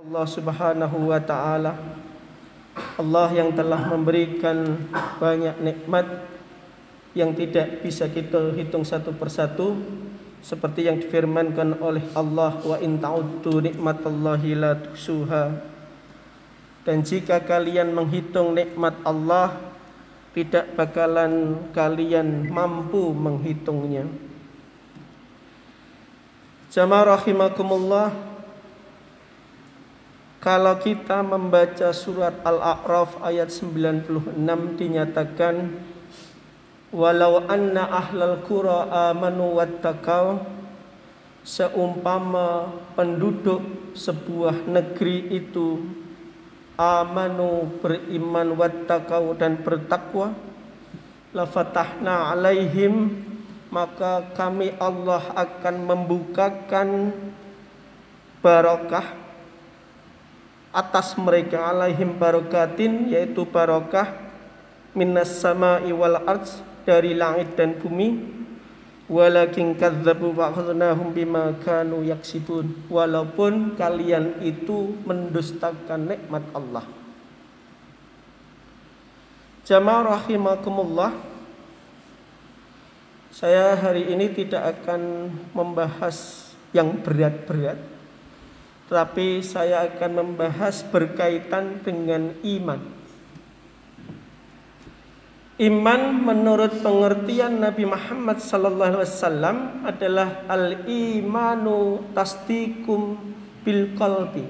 Allah Subhanahu wa taala. Allah yang telah memberikan banyak nikmat yang tidak bisa kita hitung satu persatu, seperti yang difirmankan oleh Allah, wa in ta'uddu nikmatallahi la tuhsuha. Dan jika kalian menghitung nikmat Allah, tidak bakalan kalian mampu menghitungnya. Jamaah rahimakumullah, kalau kita membaca surat Al-A'raf ayat 96 dinyatakan, walau anna ahlal qura amanu wattaqau, seumpama penduduk sebuah negeri itu amanu, beriman, wattaqau, dan bertakwa, la fatahna alaihim, maka kami Allah akan membukakan barakah atas mereka, alaihim barokatin, yaitu barakah minas sama'i wal ards, dari langit dan bumi. Walakin kadzabu wa akhadnahum bima kanu yaksibun, walaupun kalian itu mendustakan nikmat Allah. Jamaah rahimakumullah, saya hari ini tidak akan membahas yang berat-berat, tapi saya akan membahas berkaitan dengan iman. Iman menurut pengertian Nabi Muhammad sallallahu alaihi wasallam adalah al-imanu tasdiqum bil qalbi.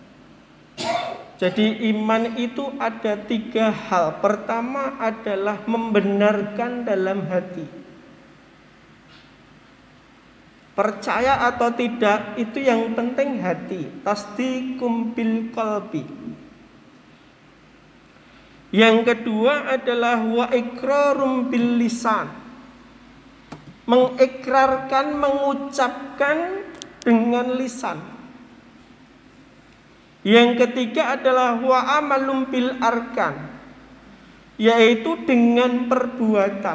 Jadi iman itu ada 3 hal. Pertama adalah membenarkan dalam hati. Percaya atau tidak itu yang penting hati. Tasdiqum bil qalbi. Yang kedua adalah wa iqrarum bil lisan. Mengikrarkan, mengucapkan dengan lisan. Yang ketiga adalah wa amalum bil arkan, yaitu dengan perbuatan.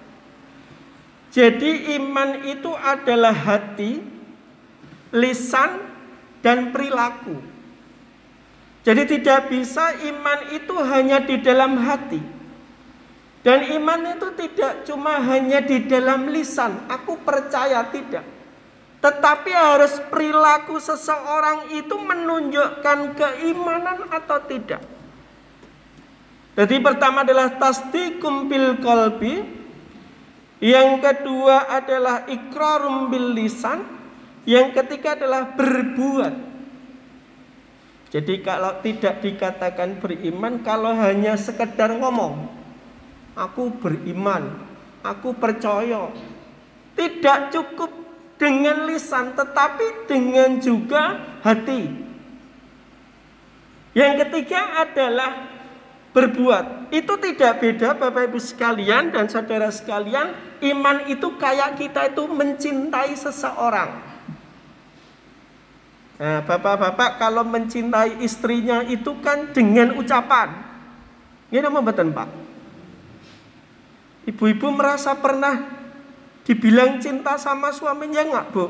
Jadi iman itu adalah hati, lisan, dan perilaku. Jadi tidak bisa iman itu hanya di dalam hati. Dan iman itu tidak cuma hanya di dalam lisan, aku percaya, tidak. Tetapi harus perilaku seseorang itu menunjukkan keimanan atau tidak. Jadi pertama adalah tasdiqum bil qalbi. Yang kedua adalah iqrarum bil lisan. Yang ketiga adalah berbuat. Jadi kalau tidak dikatakan beriman, kalau hanya sekedar ngomong, aku beriman, aku percaya, tidak cukup dengan lisan, tetapi dengan juga hati. Yang ketiga adalah berbuat. Itu tidak beda Bapak Ibu sekalian dan saudara sekalian. Iman itu kayak kita itu mencintai seseorang. Nah, bapak-bapak kalau mencintai istrinya itu kan dengan ucapan. Ini nama betul Pak. Ibu-ibu merasa pernah dibilang cinta sama suaminya enggak, Bu?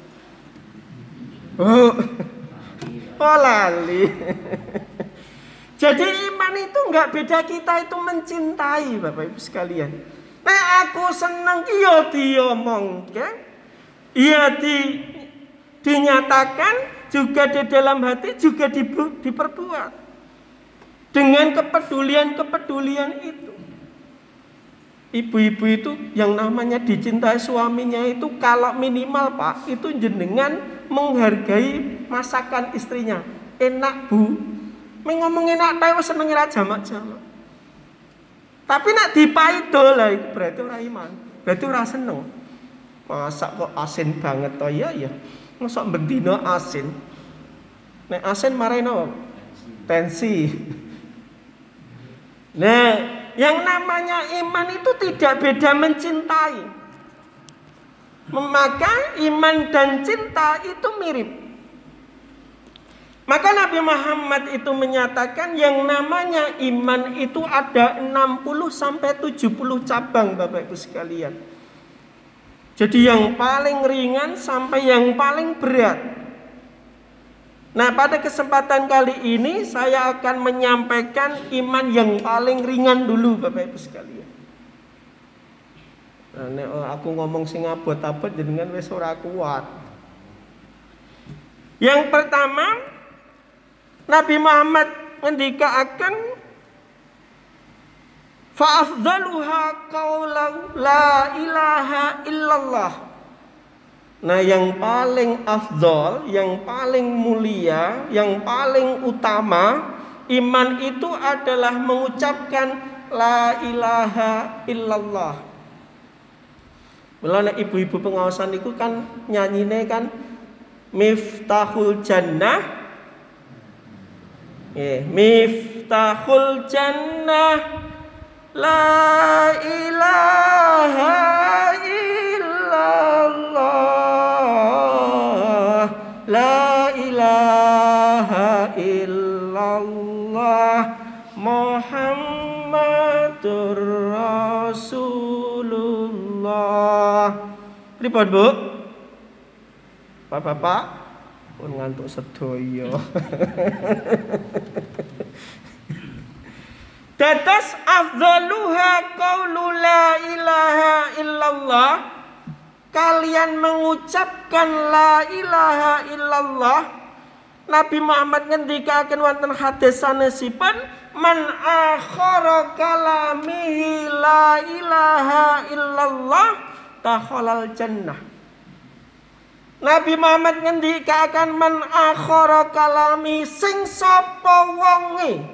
Oh lali. Jadi iman itu enggak beda, kita itu mencintai Bapak Ibu sekalian. Nah, aku senang iya diomong, ya. Iya dinyatakan, juga di dalam hati, juga diperbuat dengan kepedulian itu. Ibu-ibu itu yang namanya dicintai suaminya itu kalau minimal Pak, itu jenengan menghargai masakan istrinya. Enak Bu, ngomong enak tae wis seneng ra jamak-jamak. Tapi nak dipaido lah berarti ora iman, berarti ora seneng. Masak kok asin banget toh, ya. Mosok bendina asin. Nek asin marahin apa? Tensi. Nah, yang namanya iman itu tidak beda mencintai. Maka iman dan cinta itu mirip. Maka Nabi Muhammad itu menyatakan yang namanya iman itu ada 60-70 cabang Bapak Ibu sekalian. Jadi yang paling ringan sampai yang paling berat. Nah, pada kesempatan kali ini saya akan menyampaikan iman yang paling ringan dulu Bapak Ibu sekalian. Nah, nek aku ngomong sing abot-abot jenengan wis ora kuat. Yang pertama, Nabi Muhammad ngendikaaken fa afdaluha qaulan la ilaha illallah. Nah, yang paling afdol, yang paling mulia, yang paling utama iman itu adalah mengucapkan la ilaha illallah. Mulane ibu-ibu pengawasan itu kan nyanyine kan Miftahul Jannah. Miftahul Jannah la ilaha illallah, la ilaha illallah, Muhammadur Rasulullah. Pripun, Bu? Bapak-bapak pun ngantuk sedoyo. Dados afdaluha qaulu la ilaha illallah. Kalian mengucapkan la ilaha illallah. Nabi Muhammad ngendikaken wonten hadis sanesipun man akhara kalamihi la ilaha illallah dakhalal jannah. Nabi Muhammad ngendikaken man akhara kalami sing sapa wonge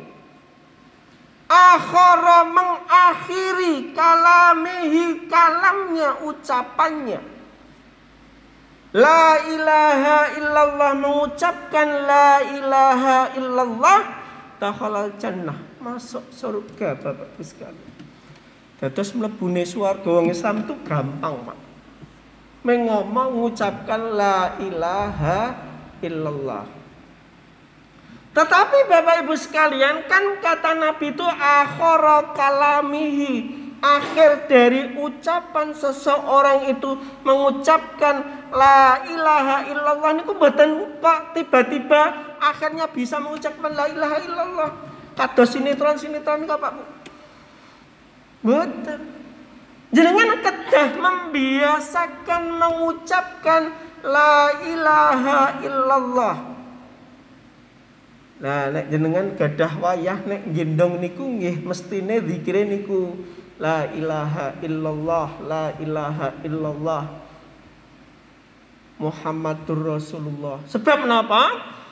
akhara mengakhiri kalamihi kalamnya ucapannya la ilaha illallah, mengucapkan la ilaha illallah dakhalal jannah, masuk surga Bapak Ibu sekalian. Dados mlebune swarga wong Islam itu gampang, Pak. Ngomong mengucapkan la ilaha illallah. Tetapi Bapak Ibu sekalian, kan kata Nabi itu akhara kalamihi, akhir dari ucapan seseorang itu mengucapkan la ilaha illallah niku mboten kok tiba-tiba akhirnya bisa mengucapkan la ilaha illallah. Kados sinetron-sinetron kok Pak Bu. Mboten. Jenengan kedah membiasakan mengucapkan la ilaha illallah. Nah, nek jenengan gadah wayah nek gendong niku nggih mestine zikire niku la ilaha illallah, la ilaha illallah, Muhammadur Rasulullah. Sebab kenapa?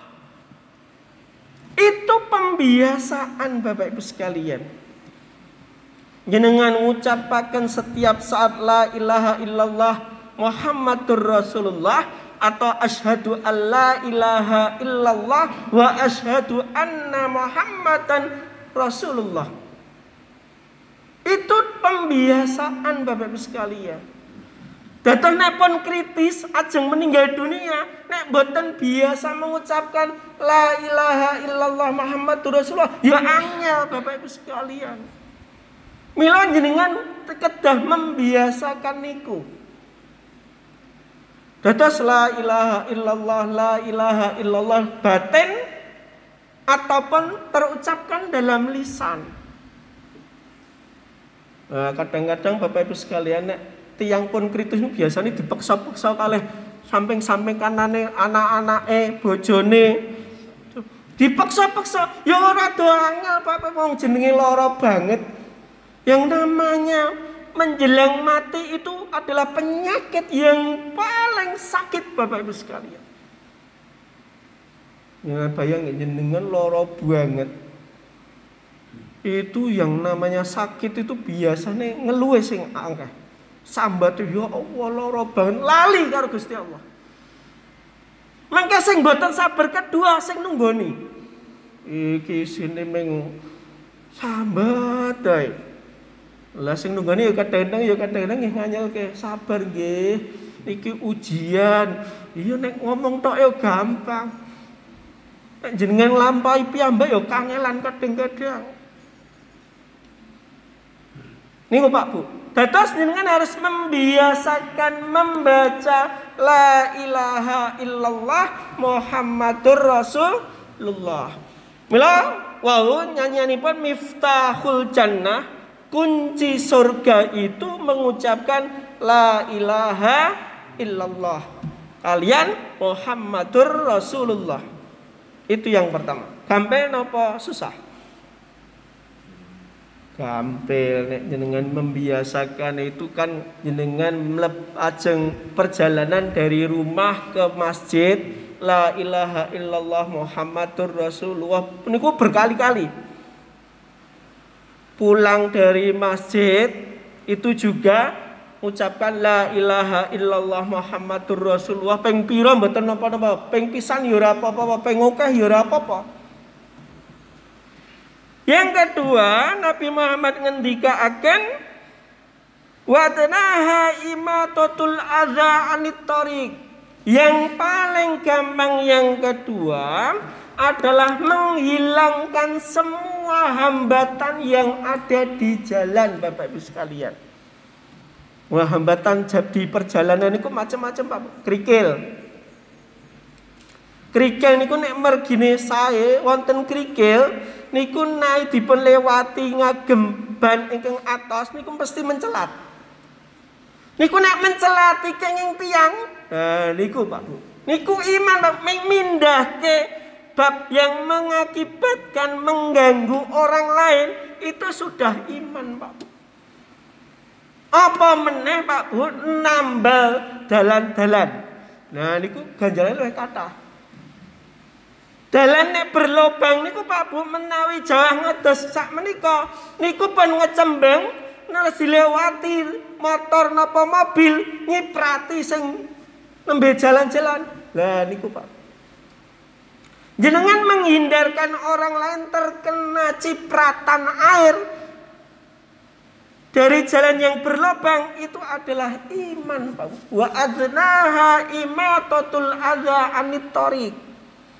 Itu pembiasaan Bapak Ibu sekalian. Jenengan ngucapaken setiap saat la ilaha illallah, Muhammadur Rasulullah, atau asyhadu alla ilaha illallah wa asyhadu anna Muhammadan Rasulullah. Itu pembiasaan Bapak Ibu sekalian. Dados nek pun kritis ajeng meninggal dunia, nek boten biasa mengucapkan la ilaha illallah Muhammadur Rasulullah, ya angel Bapak Ibu sekalian. Mila jenengan kedah membiasakan niku. Dados la ilaha illallah, la ilaha illallah batin ataupun terucapkan dalam lisan. Nah, kadang-kadang Bapak Ibu sekalian nek tiyang pun kritis biasanya dipeksa-peksa kalih samping-samping kanane anak-anake, bojone. Dipeksa-peksa ya ora do angel Bapak wong jenenge lara banget. Yang namanya menjelang mati itu adalah penyakit yang paling sakit Bapak Ibu sekalian. Ya bayangin jenengan lara banget. Itu yang namanya sakit itu biasanya ngeluhe sing akeh. Sambat ya Allah lara banget lali karo Gusti Allah. Mangke sing mboten sabar kedua sing nunggoni. Iki sine meng sambat ae. Lah sing nunggoni ya kadang-kadang nggih nganyelke sabar nggih. Iki ujian. Iya nek ngomong tok ya gampang. Nek jenengan lampahi piyambak ya kangelan kadang-kadang. Niku Pak Bu. Dados jenengan harus membiasakan membaca la ilaha illallah Muhammadur Rasulullah. Mila wau nyanyianipun miftahul jannah, kunci surga itu mengucapkan la ilaha illallah kalian Muhammadur Rasulullah. Itu yang pertama. Gampil napa susah? Gampil nek jenengan membiasakan itu kan jenengan ajeng perjalanan dari rumah ke masjid la ilaha illallah Muhammadur Rasulullah niku berkali-kali. Pulang dari masjid itu juga ucapkan la ilaha illallah Muhammadur Rasulullah ping pira mboten napa-napa, ping pisan ya ora apa-apa, ping akeh ya ora apa-apa. Yang kedua, Nabi Muhammad ngendikaaken wa tanaha imatatul adza anit thariq. Yang paling gampang yang kedua adalah menghilangkan semua hambatan yang ada di jalan, Bapak Ibu sekalian. Wah, hambatan di perjalanan itu macam-macam, Pak. Krikil. Krikil niku nek mergine sae wonten krikil niku naik dipun lewati ngagem ban ingkang atos niku mesti mencelat. Niku nek mencelati kenging tiang, nah niku Pak Bu. Niku iman Pak, mindahke bab yang mengakibatkan mengganggu orang lain itu sudah iman Pak Bu. Apa meneh Pak Bu nambal dalan-dalan. Nah niku ganjaran luwih kathah. Dalan nek berlobang niku Pak Bu menawi jawah ngedos sak menika niku pun ngecembeng nek dilewati motor napa mobil nyiprati sing nembe jalan-jalan. Lah niku Pak. Jenengan menghindarkan orang lain terkena cipratan air dari jalan yang berlobang itu adalah iman Pak. Wa adnaha imatatul adza anit thariq.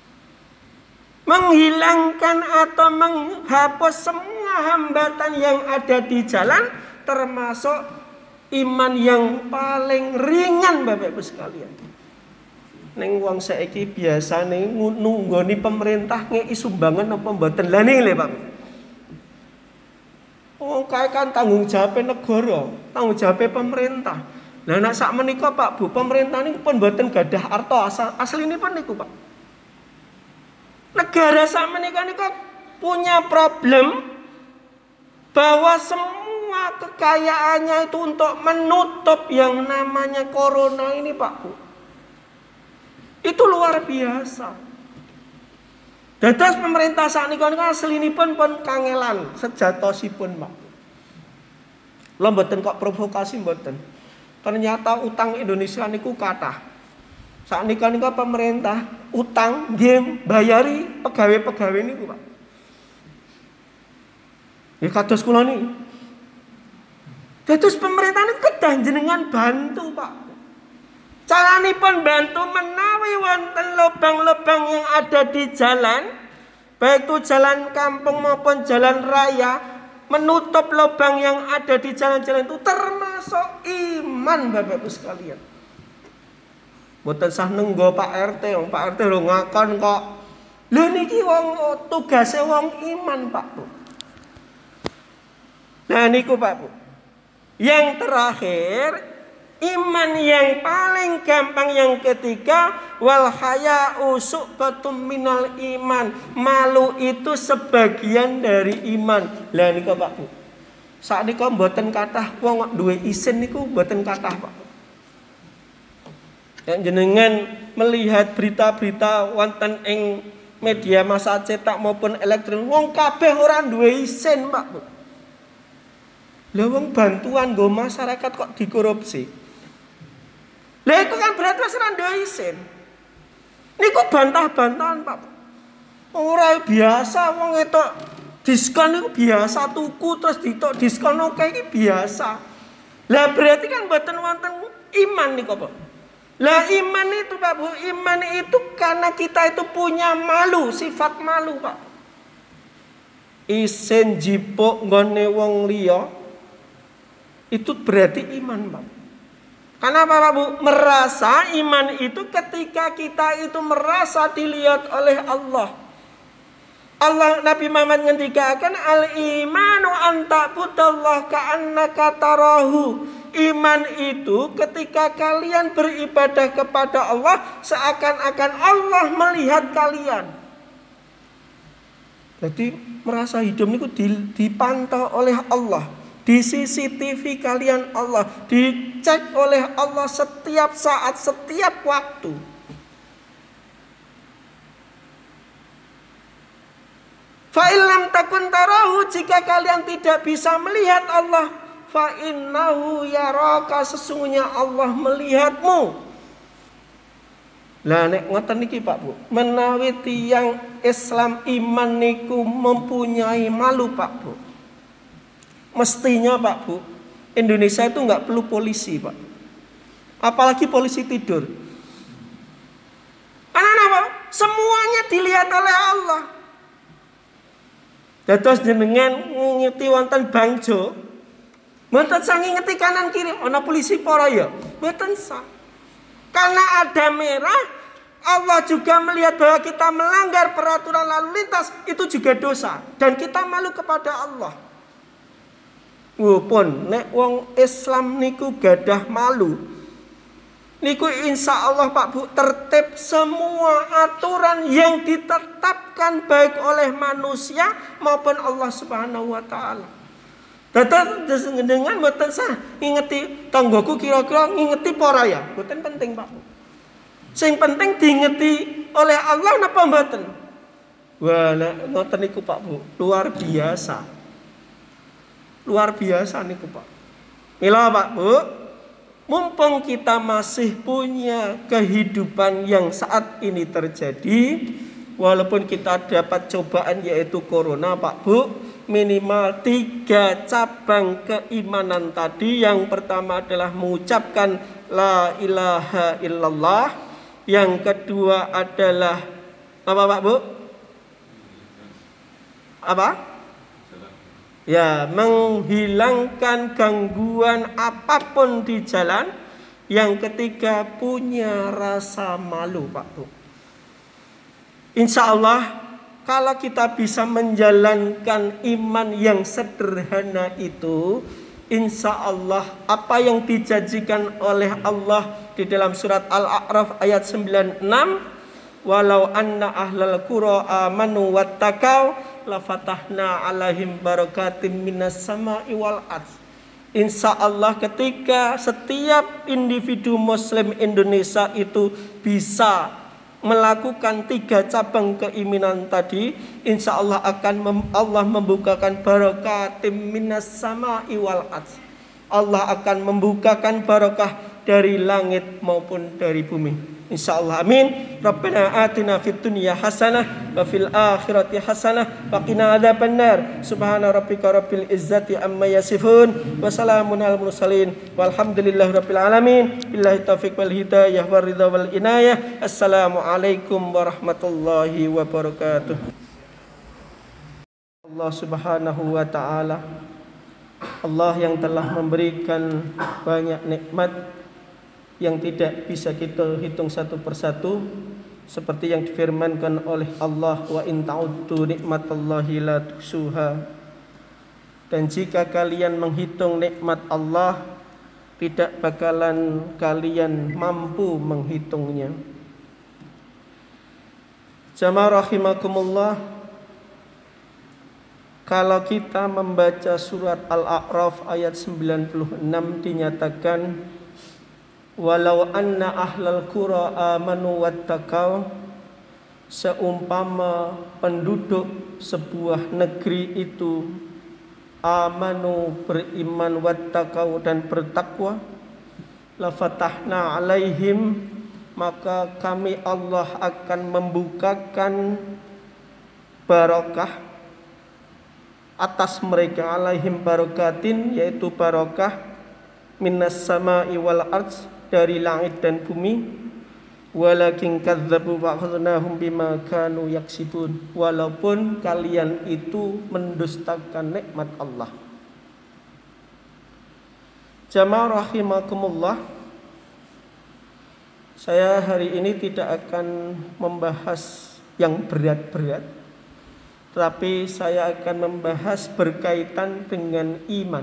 Menghilangkan atau menghapus semua hambatan yang ada di jalan termasuk iman yang paling ringan Bapak Ibu sekalian. Ning wong saiki biasane nunggoni pemerintah ngeki sumbangan apa mboten lah niki lho Pak. Oh kae kan tanggung jawab negara, tanggung jawab pemerintah. Lah nek sak menika Pak Bu, pemerintah niku pun mboten gadah arta aslinipun niku Pak. Negara sakmenika niku punya problem bahwa semua kekayaannya itu untuk menutup yang namanya corona ini Pak Bu. Itu luar biasa. Dados pemerintah sakmenika niku aslinipun pun kangelan sejatosipun Pak. Lha mboten kok provokasi mboten. Ternyata utang Indonesia niku kathah. Saknika niku pemerintah utang nggih bayari pegawai-pegawai niku, Pak. Ya kados kula niki. Dados pemerintah niku kedah jenengan bantu, Pak. Caranipun bantu menawi wonten lubang-lubang yang ada di jalan, baik itu jalan kampung maupun jalan raya, menutup lubang yang ada di jalan-jalan itu termasuk iman Bapak Ibu sekalian. Mboten sah nenggo Pak RT, wong Pak RT lho ngakon kok. Lho niki wong tugase wong iman, Pak Bu. Nah niku Pak Bu. Yang terakhir, iman yang paling gampang yang ketiga, wal haya'u su'batum minal iman. Malu itu sebagian dari iman. Lah niku Pak Bu. Saknika mboten kathah wong duwe isin niku mboten kathah, Pak. Yang jenengan melihat berita-berita wonten ing media massa cetak maupun elektronik, wong kabeh ora duwe isin, Pak Bu. Lah wong bantuan nggo masyarakat kok dikorupsi. Lah itu kan berarti wis ora duwe isin. Niku bantah-bantahan, Pak. Ora biasa wong etok diskon niku biasa, tuku terus ditok diskon oke iki biasa. Lah berarti kan mboten wonten iman niku, Pak. Lah iman itu Pak Bu, iman itu karena kita itu punya malu, sifat malu Pak. Isin jipuk nggone wong liya itu berarti iman Pak. Kenapa Pak Bu? Merasa iman itu ketika kita itu merasa dilihat oleh Allah. Allah Nabi Muhammad ngendikakan al-imanu anta budallah ka'annaka tarahu. Iman itu ketika kalian beribadah kepada Allah seakan-akan Allah melihat kalian. Jadi merasa hidup itu dipantau oleh Allah. Di CCTV kalian Allah, dicek oleh Allah setiap saat, setiap waktu. Fa'ilam takun tarahu, jika kalian tidak bisa melihat Allah, fa'innahu yaraka, sesungguhnya Allah melihatmu. Lah nek ngoten niki Pak Bu, menawi tiyang Islam iman niku mempunyai malu Pak Bu. Mestinya Pak Bu, Indonesia itu nggak perlu polisi Pak. Apalagi polisi tidur. Karena apa? Semuanya dilihat oleh Allah. Dados jenengan ngingeti wonten bangjo, mboten sah ngingeti kanan kiri ana polisi para ya, mboten sah. Karena ada merah, Allah juga melihat bahwa kita melanggar peraturan lalu lintas, itu juga dosa dan kita malu kepada Allah. Pun nek wong Islam niku gadah malu. Niku insya Allah Pak Bu tertib semua aturan yang ditetapkan baik oleh manusia maupun Allah Subhanahu wa taala. Dados dengan mboten sah ngingeti tanggoku kira-kira ngingeti apa ya? Mboten penting Pak Bu. Sing penting diingeti oleh Allah napa mboten? Wah, ngoten niku Pak Bu, luar biasa. Luar biasa niku Pak. Mila Pak Bu, mumpung kita masih punya kehidupan yang saat ini terjadi, walaupun kita dapat cobaan yaitu corona Pak Bu, minimal 3 cabang keimanan tadi. Yang pertama adalah mengucapkan la ilaha illallah. Yang kedua adalah apa Pak Bu? Apa? Ya, menghilangkan gangguan apapun di jalan. Yang ketiga, punya rasa malu Pak Bu. Insya Allah, kalau kita bisa menjalankan iman yang sederhana itu, insya Allah apa yang dijanjikan oleh Allah di dalam surat Al-A'raf ayat 96, walau anna ahlal qura amanu wattaqau lafatahna alaihim barakatim minas sama'i wal ardh. Insya Allah ketika setiap individu muslim Indonesia itu bisa melakukan 3 cabang keimanan tadi, insya Allah akan Allah membukakan barakatim minas sama'i wal ardh. Allah akan membukakan barakah dari langit maupun dari bumi. Insyaallah amin. Rabbana atina fid dunya hasanah wa fil akhirati hasanah wa qina adzabannar. Subhana rabbika rabbil izzati amma yasifun wa salamun alal mursalin walhamdulillahi rabbil alamin. Billahi taufiq wal hidayah war ridha wal inayah. Assalamualaikum warahmatullahi wabarakatuh. Allah Subhanahu wa taala, Allah yang telah memberikan banyak nikmat yang tidak bisa kita hitung satu persatu, seperti yang difirmankan oleh Allah, wa in ta'uddu nikmatallahi la tuhsuha. Dan jika kalian menghitung nikmat Allah, tidak bakalan kalian mampu menghitungnya. Jamaah rahimakumullah, kalau kita membaca surat Al-A'raf ayat 96 dinyatakan, walau anna ahlal qura amanu wattaqau, seumpama penduduk sebuah negeri itu amanu, beriman, wattaqau, dan bertakwa, lafatahna alaihim, maka kami Allah akan membukakan barakah atas mereka, alaihim barakatin, yaitu barakah minas sama'i wal ardh, dari langit dan bumi. Walakin kadzabu wa akhadnahum bima kanu yaksibun, walaupun kalian itu mendustakan nikmat Allah. Jamaah rahimakumullah, Saya hari ini tidak akan membahas yang berat-berat, tetapi saya akan membahas berkaitan dengan iman.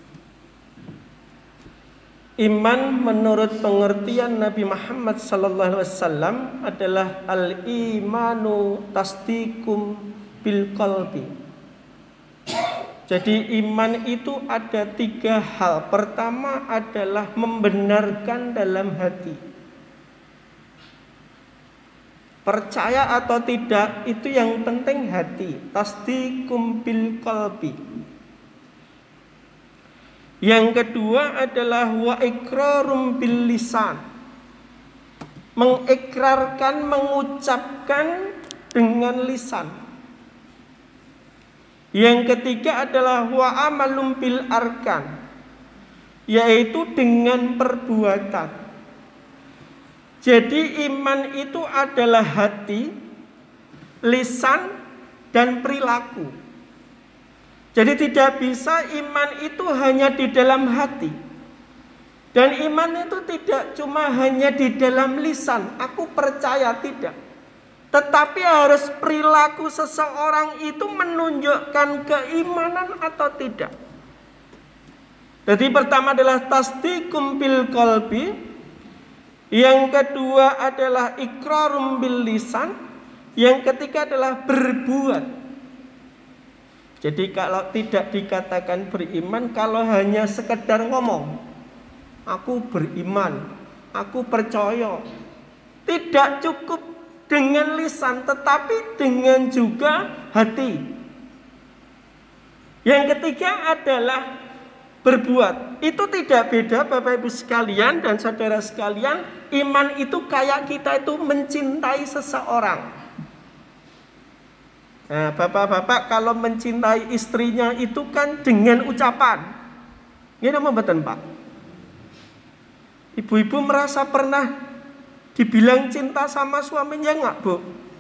Iman menurut pengertian Nabi Muhammad SAW adalah al-imanu tasdiqum bil qalbi. Jadi iman itu ada 3 hal. Pertama adalah membenarkan dalam hati. Percaya atau tidak itu yang penting hati. Tasdiqum bil qalbi. Yang kedua adalah wa iqrarum bil lisan. Mengikrarkan, mengucapkan dengan lisan. Yang ketiga adalah wa amalum bil arkan, yaitu dengan perbuatan. Jadi iman itu adalah hati, lisan, dan perilaku. Jadi tidak bisa iman itu hanya di dalam hati. Dan iman itu tidak cuma hanya di dalam lisan, aku percaya, tidak. Tetapi harus perilaku seseorang itu menunjukkan keimanan atau tidak. Jadi pertama adalah tasdiqum bil qalbi. Yang kedua adalah iqrarum bil lisan. Yang ketiga adalah berbuat. Jadi kalau tidak dikatakan beriman, kalau hanya sekedar ngomong, aku beriman, aku percaya, tidak cukup dengan lisan, tetapi dengan juga hati. Yang ketiga adalah berbuat. Itu tidak beda Bapak Ibu sekalian dan saudara sekalian. Iman itu kayak kita itu mencintai seseorang. Nah, bapak-bapak kalau mencintai istrinya itu kan dengan ucapan. Ini nama betul Pak. Ibu-ibu merasa pernah dibilang cinta sama suaminya enggak, Bu?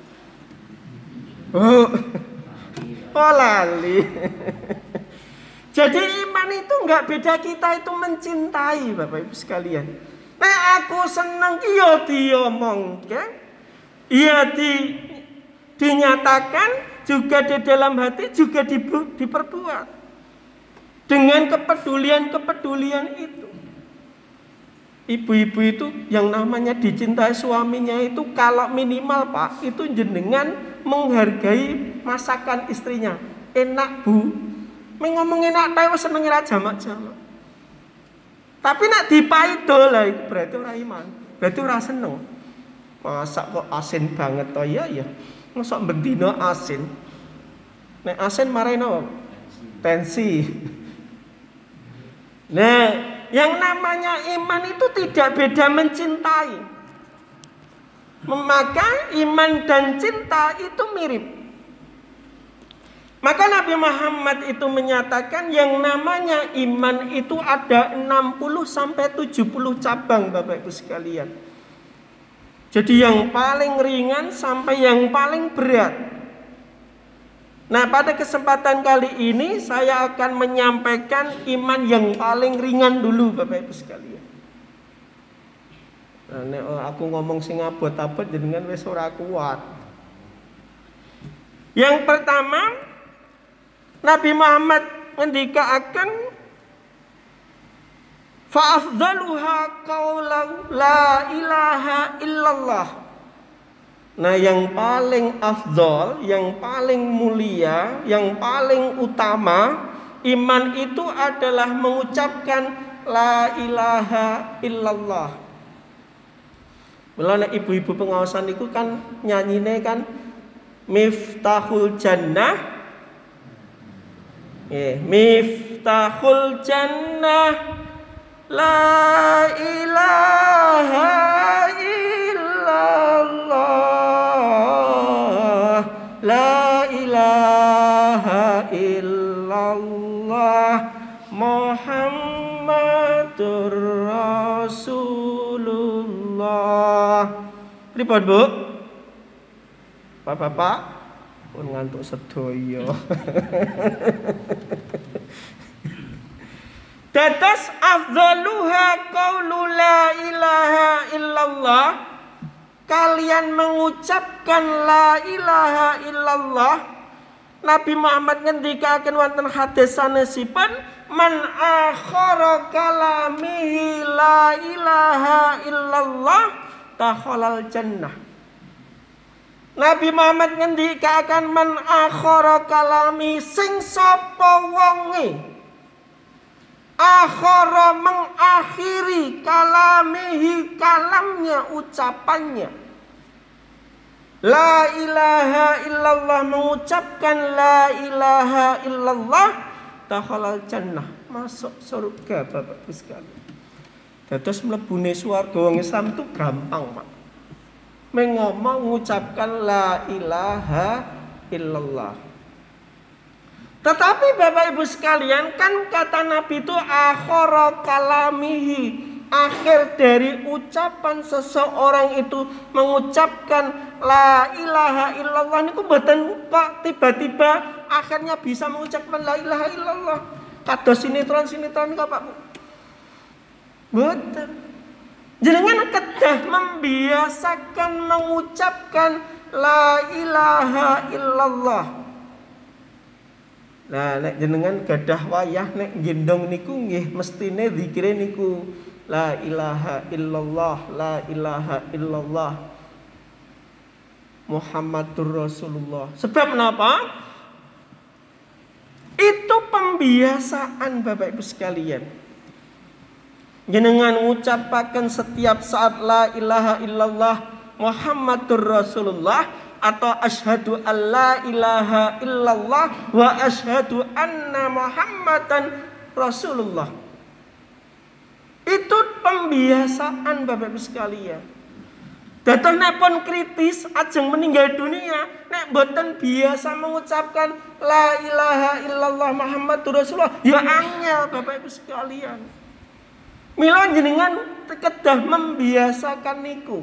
Oh lali. Jadi iman itu enggak beda kita itu mencintai Bapak Ibu sekalian. Nah aku senang iya diomong, iya dinyatakan, juga di dalam hati, juga diperbuat dengan kepedulian itu. Ibu-ibu itu yang namanya dicintai suaminya itu kalau minimal Pak itu jenengan menghargai masakan istrinya. Enak Bu, ngomong enak tahu seneng ra jamak-jamak. Tapi nak dipaido lah itu berarti ora iman. Berarti ora seneng. Masak kok asin banget toh ya. Mosok bendina asin. Nek asin marahin apa? Tensi. Nah, yang namanya iman itu tidak beda mencintai. Maka iman dan cinta itu mirip. Maka Nabi Muhammad itu menyatakan yang namanya iman itu ada 60-70 cabang Bapak Ibu sekalian. Jadi yang paling ringan sampai yang paling berat. Nah pada kesempatan kali ini saya akan menyampaikan iman yang paling ringan dulu Bapak Ibu sekalian. Nah, aku ngomong sing abot-abot jenengan wis ora kuat. Yang pertama Nabi Muhammad ngendikaaken fa afdaluha qaulan la ilaha illallah. Nah, yang paling afdal, yang paling mulia, yang paling utama iman itu adalah mengucapkan la ilaha illallah. Mula nek ibu-ibu pengawasan itu kan nyanyine kan Miftahul Jannah. Miftahul Jannah la ilaha illallah, la ilaha illallah, Muhammadur Rasulullah. Pripun Bu? Bapak-bapak pun ngantuk sedoyo. Dados afdaluha qaulu la ilaha illallah. Kalian mengucapkan la ilaha illallah. Nabi Muhammad ngendikaken wonten hadis sanesipun, man akhara kalamihi la ilaha illallah dakhalal jannah. Nabi Muhammad ngendikaken man akhara kalami, sing sapa wonge akhara mengakhiri kalamihi, kalamnya, ucapannya, la ilaha illallah, mengucapkan la ilaha illallah, dakhalal jannah, masuk surga Bapak Ibu sekalian. Dados mlebune swarga wong Islam itu gampang, Pak. Ngomong mengucapkan la ilaha illallah. Tetapi Bapak Ibu sekalian, kan kata Nabi itu akhara kalamihi, akhir dari ucapan seseorang itu mengucapkan la ilaha illallah niku mboten kok tiba-tiba akhirnya bisa mengucapkan la ilaha illallah. Kados sinetron-sinetron niku Pak Bu. Mboten. Jenengan kedah membiasakan mengucapkan la ilaha illallah. Nah, nek jenengan gadah wayah nek gendong niku nggih mestine zikire niku la ilaha illallah, la ilaha illallah, Muhammadur Rasulullah. Sebab kenapa? Itu pembiasaan Bapak Ibu sekalian. Jenengan ngucapaken setiap saat la ilaha illallah, Muhammadur Rasulullah, atau asyhadu alla ilaha illallah wa asyhadu anna Muhammadan Rasulullah. Itu pembiasaan Bapak Ibu sekalian. Dados nek pun kritis ajeng meninggal dunia, nek boten biasa mengucapkan la ilaha illallah Muhammadur Rasulullah, ya angel Bapak Ibu sekalian. Mila jenengan kedah membiasakan niku.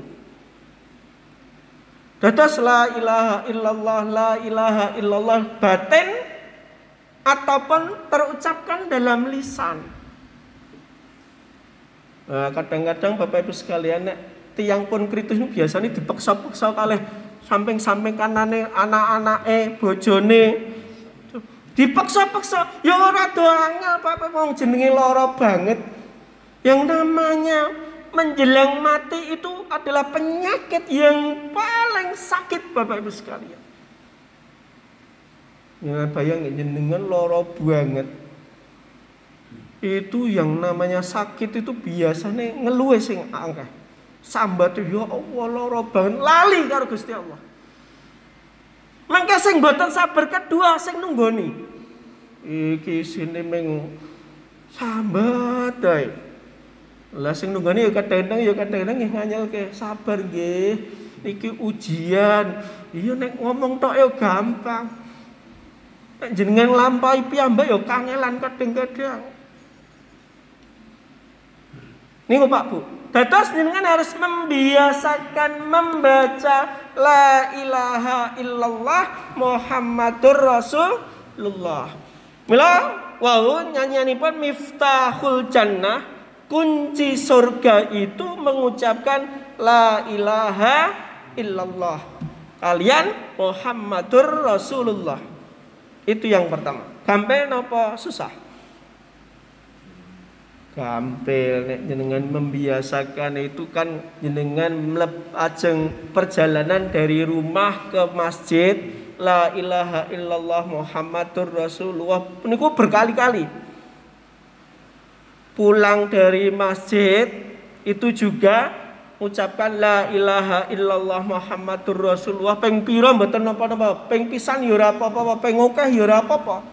Dados la ilaha illallah, la ilaha illallah batin ataupun terucapkan dalam lisan. Nah, kadang-kadang Bapak Ibu sekalian nek tiyang pun kritis biasanya dipeksa-peksa kalih samping-samping kanane anak-anake, bojone. Dipeksa-peksa ya ora do angel Bapak, wong jenenge lara banget. Yang namanya menjelang mati itu adalah penyakit yang paling sakit Bapak Ibu sekalian. Ya bayangin jenengan lara banget. Itu yang namanya sakit itu biasanya ngeluh sing akeh. Sambat ya Allah lara banget, lali karo Gusti Allah. Mangke sing boten sabar kedua sing nunggoni. Iki sine meng sambat ae. Lah sing nunggoni ya kadang-kadang nggih nganyelke, sabar nggih. Iki ujian. Iya nek ngomong tok ya gampang. Nek jenengan lampahi piyambak ya kangelan kadang-kadang. Niku Pak Bu. Dados jenengan harus membiasakan membaca la ilaha illallah Muhammadur Rasulullah. Mila wau nyanyianipun Miftahul Jannah, kunci surga itu mengucapkan la ilaha illallah. Kalian Muhammadur Rasulullah. Itu yang pertama. Gampil napa susah? Gampil nek jenengan membiasakan itu kan jenengan ajeng perjalanan dari rumah ke masjid la ilaha illallah Muhammadur Rasulullah niku berkali-kali. Pulang dari masjid itu juga ucapkan la ilaha illallah Muhammadur Rasulullah ping pira mboten napa-napa, ping pisan ya ora apa-apa, ping akeh ya ora apa-apa.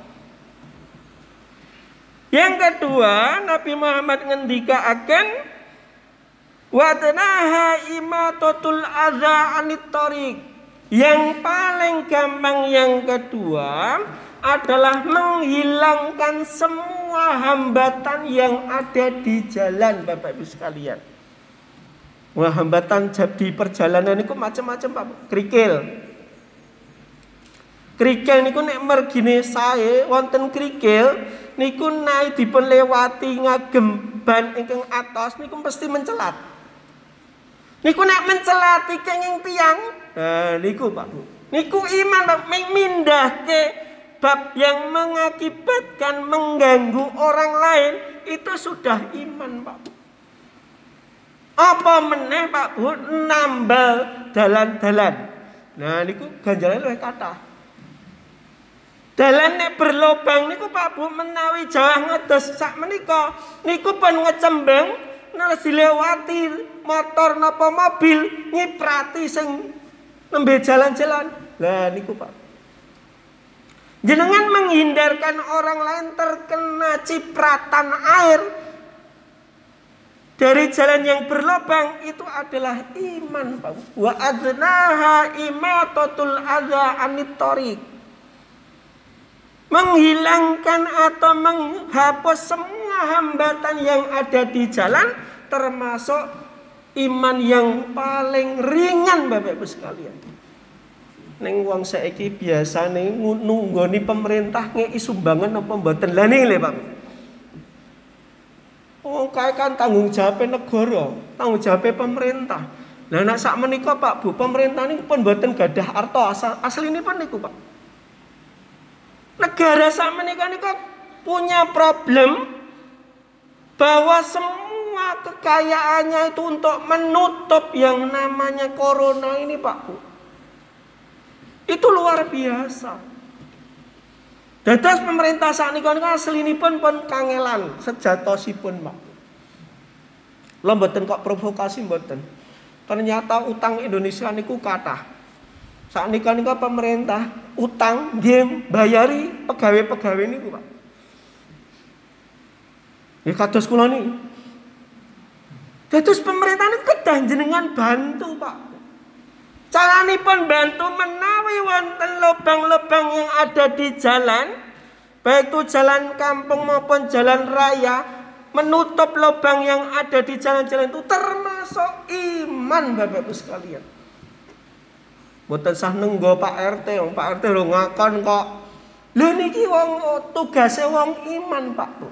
Yang kedua, Nabi Muhammad ngendikaaken wa tanaha imatatul adza anit thariq. Yang paling gampang yang kedua adalah menghilangkan semua hambatan yang ada di jalan Bapak Ibu sekalian. Wah, hambatan di perjalanan itu macam-macam Pak. Kerikil. Krikil niku nek mergine sae wonten krikil niku naik dipun lewati ngagem ban ingkang atos niku mesti mencelat. Niku nek mencelati kenging tiang, niku Pak Bu. Niku iman Pak, mindahke bab yang mengakibatkan mengganggu orang lain itu sudah iman Pak Bu. Apa meneh Pak Bu nambal dalan-dalan. Nah niku ganjaran luwih kathah. Dalan nek berlobang niku Pak Bu menawi jawah ngedos sak menika niku pun ngecembeng nek dilewati motor napa mobil nyiprati sing nembe jalan-jalan. Lah niku Pak. Jenengan menghindarkan orang lain terkena cipratan air dari jalan yang berlobang itu adalah iman Pak Bu. Wa adnaha imatatul adza anit thoriq. Menghilangkan atau menghapus semua hambatan yang ada di jalan termasuk iman yang paling ringan Bapak Ibu sekalian. Ning wong saiki biasane nunggoni pemerintah ngeki sumbangan apa mboten. Lah niki lho Pak. Oh kae kan tanggung jawab negara, tanggung jawab pemerintah. Lah nek sak menika Pak Bu, pemerintah niku pun mboten gadah arta aslinipun niku Pak. Negara sama menika punya problem bahwa semua kekayaannya itu untuk menutup yang namanya corona ini Pak Bu. Itu luar biasa. Dados pemerintah saknika aslinipun pun kangelan sejatosipun Pak. Lha mboten kok provokasi mboten. Ternyata utang Indonesia niku kathah. Saknika pemerintah utang nggih bayari pegawai-pegawai niku Pak. Ya kados kula niki. Dados pemerintah niku kedah jenengan bantu Pak. Caranipun bantu menawi wonten lubang-lubang yang ada di jalan, baik itu jalan kampung maupun jalan raya, menutup lubang yang ada di jalan-jalan itu termasuk iman Bapak Ibu sekalian. Mboten sah nenggo Pak RT, wong Pak RT lho ngakon kok. Lho niki wong tugase wong iman Pak Bu.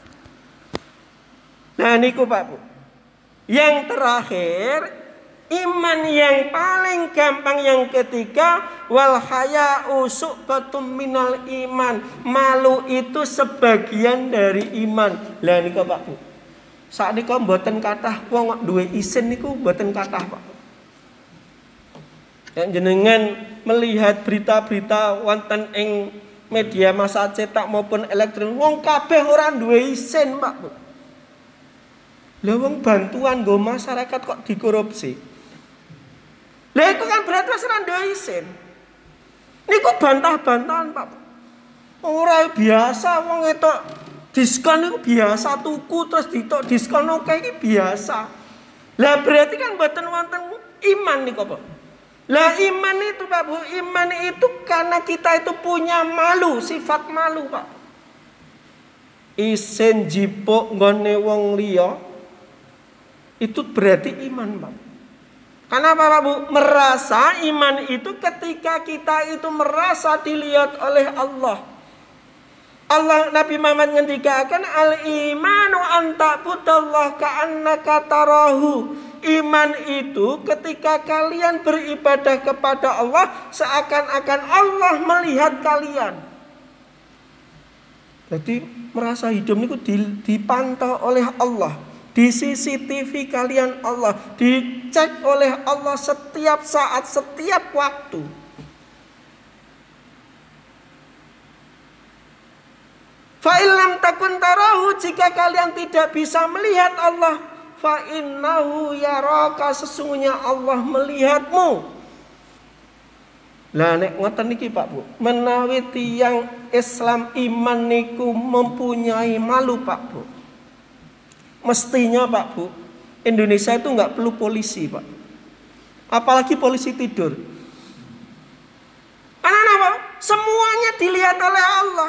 Nah niku Pak Bu. Yang terakhir, iman yang paling gampang yang ketiga, wal haya'u su'batum minal iman. Malu itu sebagian dari iman. Lah niku Pak Bu. Saknika mboten kathah wong duwe isin niku mboten kathah Pak. Yang jenengan melihat berita-berita wonten ing media massa cetak maupun elektronik, wong kabeh ora duwe isin, Pak Bu. Lah wong bantuan nggo masyarakat kok dikorupsi. Lah itu kan berarti wis ora duwe isin. Niku bantah-bantahan, Pak Bu. Ora biasa wong etok diskon niku biasa, tuku terus ditok diskon oke iki biasa. Lah berarti kan mboten wonten iman niku, Pak. Lah iman itu Pak Bu, iman itu karena kita itu punya malu, sifat malu Pak. Isin jipuk nggone wong liya itu berarti iman Pak. Karena apa Pak Bu? Merasa iman itu ketika kita itu merasa dilihat oleh Allah. Allah Nabi Muhammad ngendikaken al-imanu anta budallah ka'annaka tarahu. Iman itu ketika kalian beribadah kepada Allah seakan-akan Allah melihat kalian. Jadi merasa hidup itu dipantau oleh Allah, di CCTV kalian Allah, dicek oleh Allah setiap saat, setiap waktu. Fa illam takun tarahu, jika kalian tidak bisa melihat Allah, fa innahu yaraka, sesungguhnya Allah melihatmu. Lah nek ngoten niki Pak Bu, menawi tiyang Islam iman niku mempunyai malu Pak Bu. Mestinya Pak Bu, Indonesia itu enggak perlu polisi Pak. Apalagi polisi tidur. Karena apa? Semuanya dilihat oleh Allah.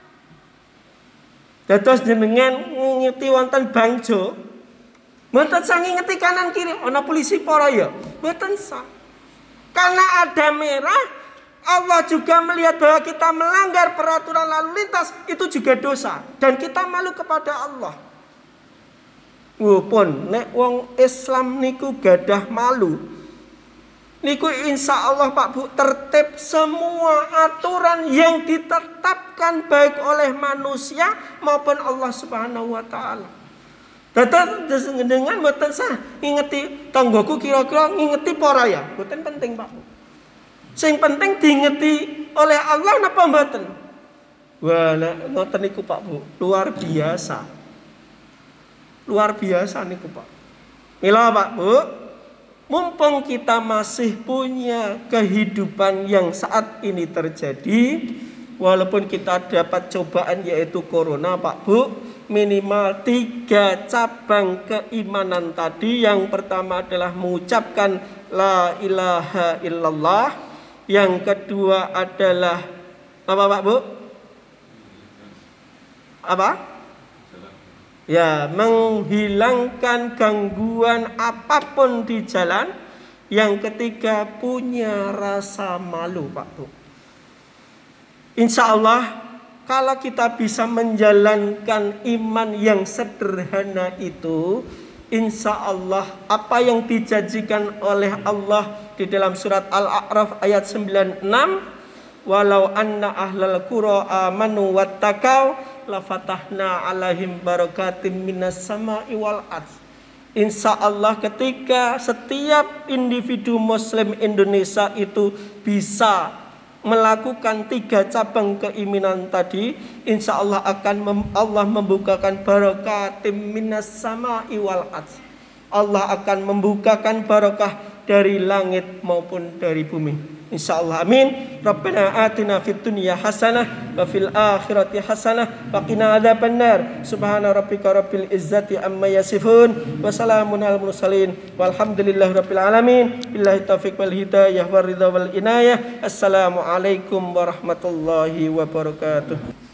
Dados jenengan ngingeti wonten bangjo, mboten sah ngingeti kanan kiri ana polisi para ya, mboten sah. Karena ada merah, Allah juga melihat bahwa kita melanggar peraturan lalu lintas, itu juga dosa. Dan kita malu kepada Allah. Walaupun nek wong Islam niku gadah malu, niku insya Allah Pak Bu tertib semua aturan yang ditetapkan baik oleh manusia maupun Allah Subhanahu wa taala. Datang dengan mboten sah ngingeti tanggoku kira-kira ngingeti apa ya? Mboten penting Pak Bu. Sing penting diingeti oleh Allah napa mboten? Wah, nek ngoten niku Pak Bu, luar biasa. Luar biasa niku Pak. Mila Pak Bu, mumpung kita masih punya kehidupan yang saat ini terjadi, walaupun kita dapat cobaan yaitu corona Pak Bu, minimal 3 cabang keimanan tadi. Yang pertama adalah mengucapkan la ilaha illallah. Yang kedua adalah apa Pak Bu? Apa? Ya, menghilangkan gangguan apapun di jalan. Yang ketiga punya rasa malu Pak Bu. Insya Allah kalau kita bisa menjalankan iman yang sederhana itu, insya Allah apa yang dijanjikan oleh Allah di dalam surat Al-A'raf ayat 96, walau anna ahlal qura amanu wattaqau lafatahna alaihim barakatim minas sama'i wal ardh. Insya Allah ketika setiap individu muslim Indonesia itu bisa melakukan 3 cabang keimanan tadi, insya Allah akan Allah membukakan barakatim minas sama'i wal ardh. Allah akan membukakan barakah dari langit maupun dari bumi. Insyaallah amin. Rabbana atina fid dunya hasanah wa fil akhirati hasanah wa qina adzabannar. Subhana rabbika rabbil izzati amma yasifun wa salamun alal mursalin walhamdulillahi rabbil alamin. Billahi taufiq wal hidayah war ridha wal inayah. Assalamu alaikum warahmatullahi wabarakatuh.